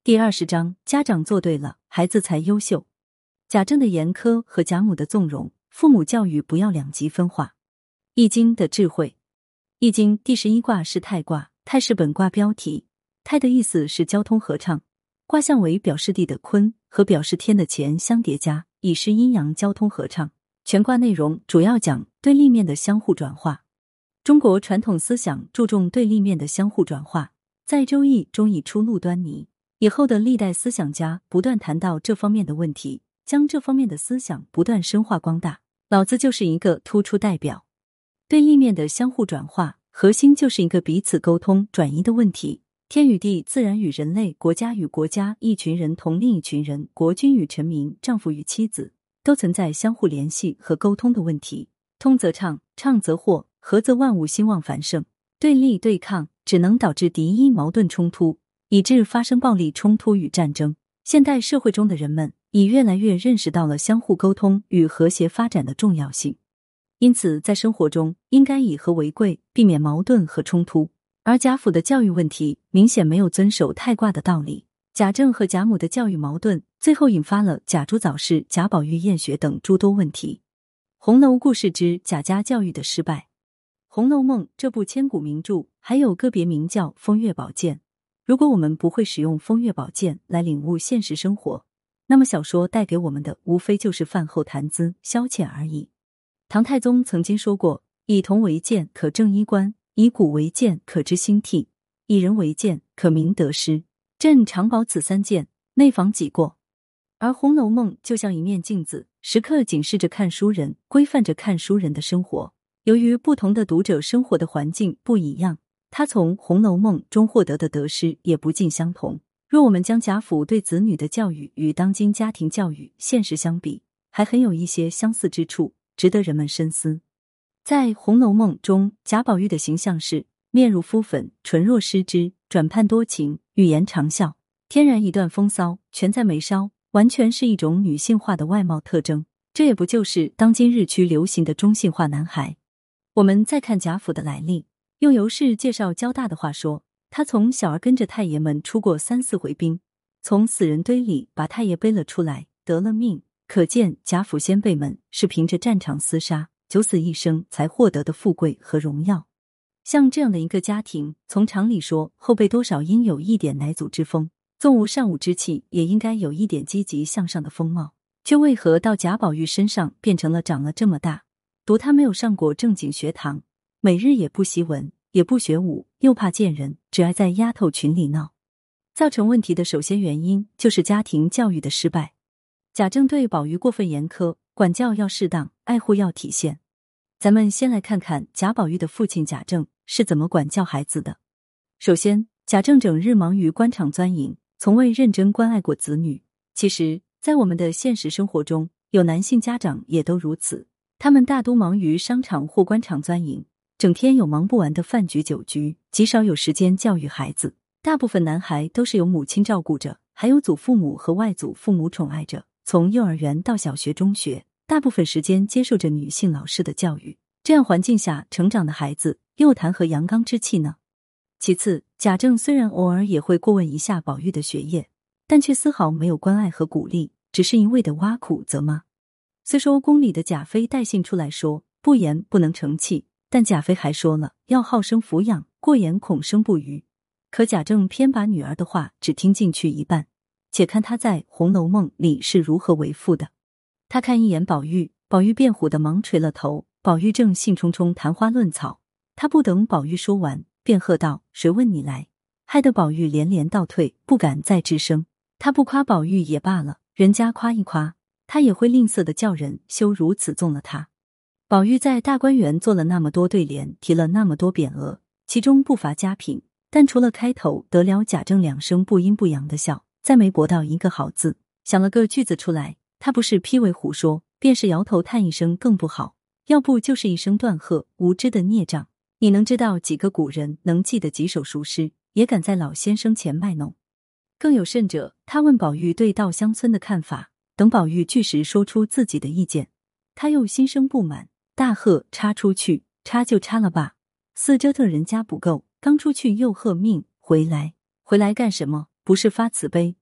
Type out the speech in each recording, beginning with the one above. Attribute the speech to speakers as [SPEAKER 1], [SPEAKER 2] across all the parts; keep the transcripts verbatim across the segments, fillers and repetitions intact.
[SPEAKER 1] 第二十章，家长做对了，孩子才优秀。贾政的严苛和贾母的纵容，父母教育不要两极分化。易经的智慧。易经第十一卦是泰卦，泰是本卦标题。泰的意思是交通合畅，卦象为表示地的坤和表示天的乾相叠加，以示阴阳交通合畅。全卦内容主要讲对立面的相互转化。中国传统思想注重对立面的相互转化，在《周易》中已初露端倪。以后的历代思想家不断谈到这方面的问题，将这方面的思想不断深化光大。老子就是一个突出代表。对立面的相互转化，核心就是一个彼此沟通转移的问题。天与地，自然与人类，国家与国家，一群人同另一群人，国君与臣民，丈夫与妻子，都存在相互联系和沟通的问题。通则畅，畅则和，和则万物兴旺繁盛。对立对抗只能导致敌意矛盾冲突，以致发生暴力冲突与战争。现代社会中的人们已越来越认识到了相互沟通与和谐发展的重要性，因此在生活中应该以和为贵，避免矛盾和冲突。而贾府的教育问题明显没有遵守泰卦的道理，贾政和贾母的教育矛盾最后引发了贾珠早逝、贾宝玉厌学等诸多问题。红楼故事之贾家教育的失败。《红楼梦》这部千古名著还有个别名叫风月宝鉴，如果我们不会使用风月宝鉴来领悟现实生活，那么小说带给我们的无非就是饭后谈资消遣而已。唐太宗曾经说过，以铜为鉴可正衣冠，以古为鉴可知兴替，以人为鉴可明得失。朕常保此三鉴，内防己过。而《红楼梦》就像一面镜子，时刻警示着看书人，规范着看书人的生活。由于不同的读者生活的环境不一样，他从《红楼梦》中获得的得失也不尽相同。若我们将贾府对子女的教育与当今家庭教育现实相比，还很有一些相似之处，值得人们深思。在《红楼梦》中，贾宝玉的形象是面如敷粉，唇若施脂，转盼多情，语言长笑，天然一段风骚，全在眉梢，完全是一种女性化的外貌特征。这也不就是当今日趋流行的中性化男孩。我们再看贾府的来历，用尤氏介绍交大的话说，他从小儿跟着太爷们出过三四回兵，从死人堆里把太爷背了出来，得了命。可见贾府先辈们是凭着战场厮杀，九死一生才获得的富贵和荣耀。像这样的一个家庭，从常理说，后辈多少应有一点乃祖之风，纵无尚武之气，也应该有一点积极向上的风貌，却为何到贾宝玉身上变成了长了这么大，读他没有上过正经学堂，每日也不习文，也不学武，又怕见人，只爱在丫头群里闹。造成问题的首先原因就是家庭教育的失败。贾政对宝玉过分严苛，管教要适当，爱护要体现。咱们先来看看贾宝玉的父亲贾政是怎么管教孩子的。首先，贾政整日忙于官场钻营，从未认真关爱过子女。其实，在我们的现实生活中，有男性家长也都如此，他们大都忙于商场或官场钻营，整天有忙不完的饭局酒局，极少有时间教育孩子。大部分男孩都是由母亲照顾着，还有祖父母和外祖父母宠爱着，从幼儿园到小学中学，大部分时间接受着女性老师的教育。这样环境下成长的孩子又谈何阳刚之气呢？其次，贾政虽然偶尔也会过问一下宝玉的学业，但却丝毫没有关爱和鼓励，只是一味的挖苦责骂。虽说宫里的贾妃带信出来说不言不能成器，但贾妃还说了要好生抚养，过言恐生不虞。可贾政偏把女儿的话只听进去一半，且看他在《红楼梦》里是如何为父的。他看一眼宝玉，宝玉便唬得忙垂了头。宝玉正兴冲冲谈花论草，他不等宝玉说完，便喝道：“谁问你来？”害得宝玉连连倒退，不敢再吱声。他不夸宝玉也罢了，人家夸一夸，他也会吝啬的叫人羞如此纵了他。宝玉在大观园做了那么多对联，提了那么多匾额，其中不乏佳品，但除了开头得了贾政两声不阴不阳的笑，再没驳到一个好字。想了个句子出来，他不是批为胡说，便是摇头叹一声更不好，要不就是一声断喝，无知的孽障。你能知道几个古人能记得几首熟诗，也敢在老先生前卖弄？更有甚者，他问宝玉对稻香村的看法，等宝玉据实说出自己的意见，他又心生不满，大喝插出去，插就插了吧，似折腾人家不够，刚出去又喝命回来，回来干什么？不是发慈悲，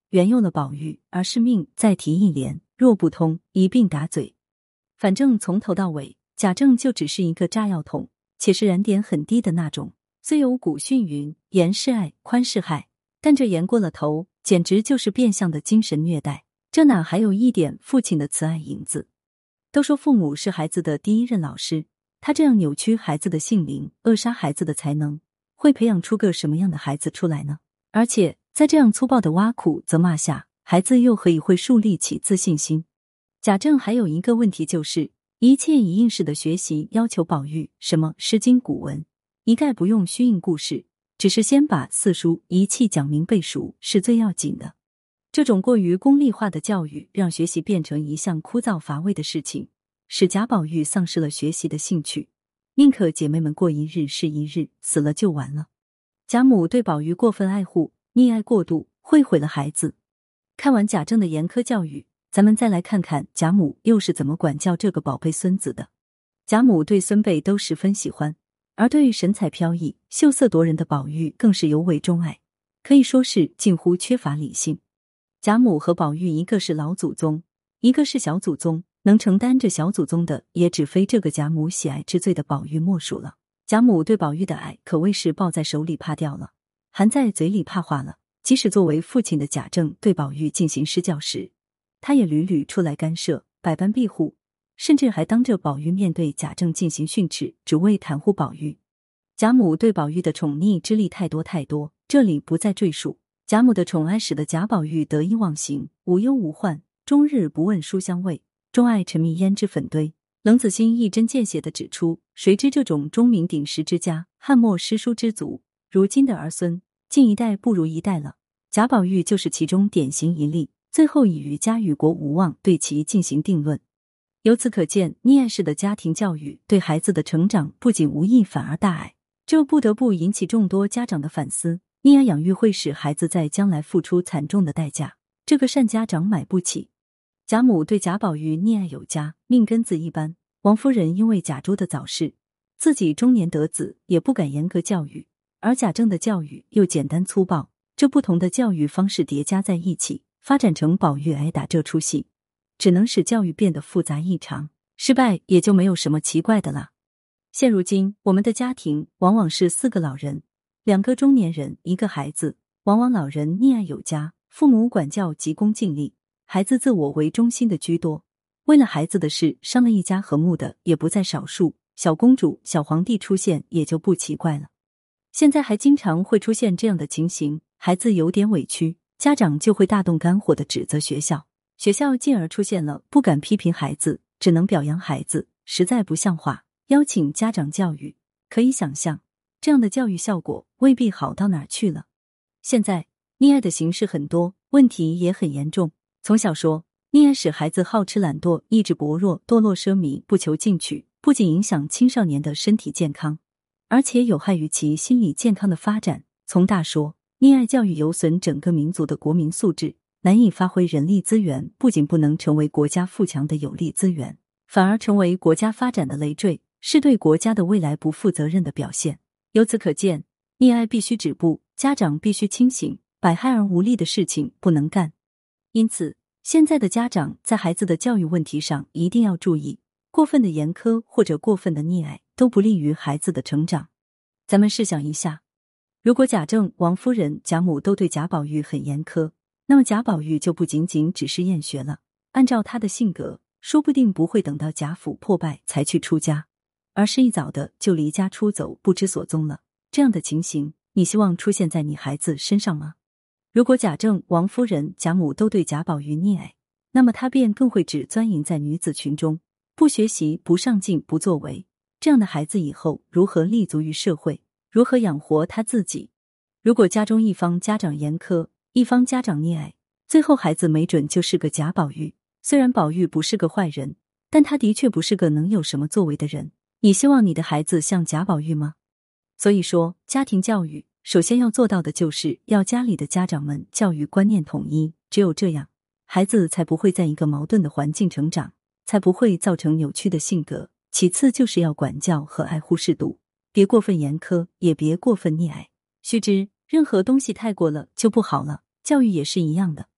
[SPEAKER 1] 援诱了宝玉，而是命再提一联，若不通，一并打嘴。反正从头到尾，贾政就只是一个炸药桶，且是燃点很低的那种。虽有古训云严是爱，宽是害，但这严过了头，简直就是变相的精神虐待，这哪还有一点父亲的慈爱影子。都说父母是孩子的第一任老师，他这样扭曲孩子的性灵，扼杀孩子的才能，会培养出个什么样的孩子出来呢？而且在这样粗暴的挖苦责骂下，孩子又何以会树立起自信心？贾政还有一个问题，就是一切以应试的学习要求宝玉什么诗经古文，一概不用虚应故事，只是先把四书一气讲明背熟是最要紧的。这种过于功利化的教育，让学习变成一项枯燥乏味的事情，使贾宝玉丧失了学习的兴趣，宁可姐妹们过一日是一日，死了就完了。贾母对宝玉过分爱护，溺爱过度，会毁了孩子。看完贾政的严苛教育，咱们再来看看贾母又是怎么管教这个宝贝孙子的。贾母对孙辈都十分喜欢，而对于神采飘逸、秀色夺人的宝玉更是尤为钟爱，可以说是近乎缺乏理性。贾母和宝玉一个是老祖宗，一个是小祖宗，能承担着小祖宗的也只非这个贾母喜爱之最的宝玉莫属了。贾母对宝玉的爱可谓是抱在手里怕掉了，含在嘴里怕化了。即使作为父亲的贾政对宝玉进行施教时，他也屡屡出来干涉，百般庇护，甚至还当着宝玉面对贾政进行训斥，只为袒护宝玉。贾母对宝玉的宠溺之力太多太多，这里不再赘述。贾母的宠爱使得贾宝玉得意忘形，无忧无患，终日不问书香味，钟爱沉迷胭脂粉堆。冷子兴一针见血地指出，谁知这种钟鸣鼎食之家，汉末诗书之族，如今的儿孙近一代不如一代了，贾宝玉就是其中典型一例，最后以与家与国无望对其进行定论。由此可见，溺爱式的家庭教育对孩子的成长不仅无益，反而大碍，这不得不引起众多家长的反思。溺爱养育会使孩子在将来付出惨重的代价，这个善家长买不起。贾母对贾宝玉溺爱有加，命根子一般。王夫人因为贾珠的早逝，自己中年得子，也不敢严格教育，而贾政的教育又简单粗暴，这不同的教育方式叠加在一起，发展成宝玉挨打这出戏，只能使教育变得复杂异常，失败也就没有什么奇怪的啦。现如今我们的家庭往往是四个老人，两个中年人，一个孩子，往往老人溺爱有加，父母管教急功近利，孩子自我为中心的居多，为了孩子的事伤了一家和睦的也不在少数，小公主、小皇帝出现也就不奇怪了。现在还经常会出现这样的情形，孩子有点委屈，家长就会大动肝火地指责学校，学校进而出现了不敢批评孩子，只能表扬孩子，实在不像话，邀请家长教育。可以想象，这样的教育效果未必好到哪儿去了。现在溺爱的形式很多，问题也很严重。从小说，溺爱使孩子好吃懒惰，意志薄弱，堕落奢靡，不求进取，不仅影响青少年的身体健康，而且有害于其心理健康的发展。从大说，溺爱教育有损整个民族的国民素质，难以发挥人力资源，不仅不能成为国家富强的有力资源，反而成为国家发展的累赘，是对国家的未来不负责任的表现。由此可见，溺爱必须止步，家长必须清醒，百害而无利的事情不能干。因此，现在的家长在孩子的教育问题上一定要注意，过分的严苛或者过分的溺爱都不利于孩子的成长。咱们试想一下，如果贾政、王夫人、贾母都对贾宝玉很严苛，那么贾宝玉就不仅仅只是厌学了，按照他的性格，说不定不会等到贾府破败才去出家，而是一早的就离家出走，不知所踪了。这样的情形，你希望出现在你孩子身上吗？如果贾政、王夫人、贾母都对贾宝玉溺爱，那么他便更会只钻营在女子群中，不学习、不上进、不作为。这样的孩子以后如何立足于社会，如何养活他自己？如果家中一方家长严苛，一方家长溺爱，最后孩子没准就是个贾宝玉。虽然宝玉不是个坏人，但他的确不是个能有什么作为的人。你希望你的孩子像贾宝玉吗？所以说，家庭教育首先要做到的就是要家里的家长们教育观念统一，只有这样，孩子才不会在一个矛盾的环境成长，才不会造成扭曲的性格。其次就是要管教和爱护适度，别过分严苛，也别过分溺爱。须知，任何东西太过了就不好了，教育也是一样的。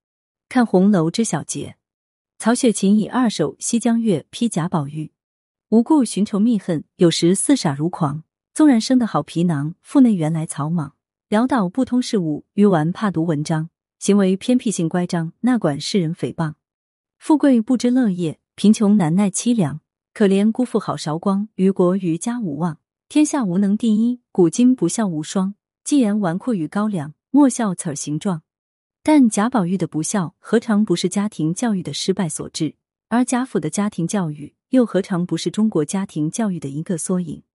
[SPEAKER 1] 看红楼之小节，曹雪芹以二首《西江月》批贾宝玉。无故寻仇觅恨，有时似傻如狂。纵然生得好皮囊，腹内原来草莽。潦倒不通事务，愚顽怕读文章。行为偏僻性乖张，那管世人诽谤。富贵不知乐业，贫穷难耐凄凉。可怜辜负好韶光，于国于家无望。天下无能第一，古今不孝无双。既言纨绔与高粱，莫笑此儿形状。但贾宝玉的不孝，何尝不是家庭教育的失败所致？而贾府的家庭教育，又何尝不是中国家庭教育的一个缩影？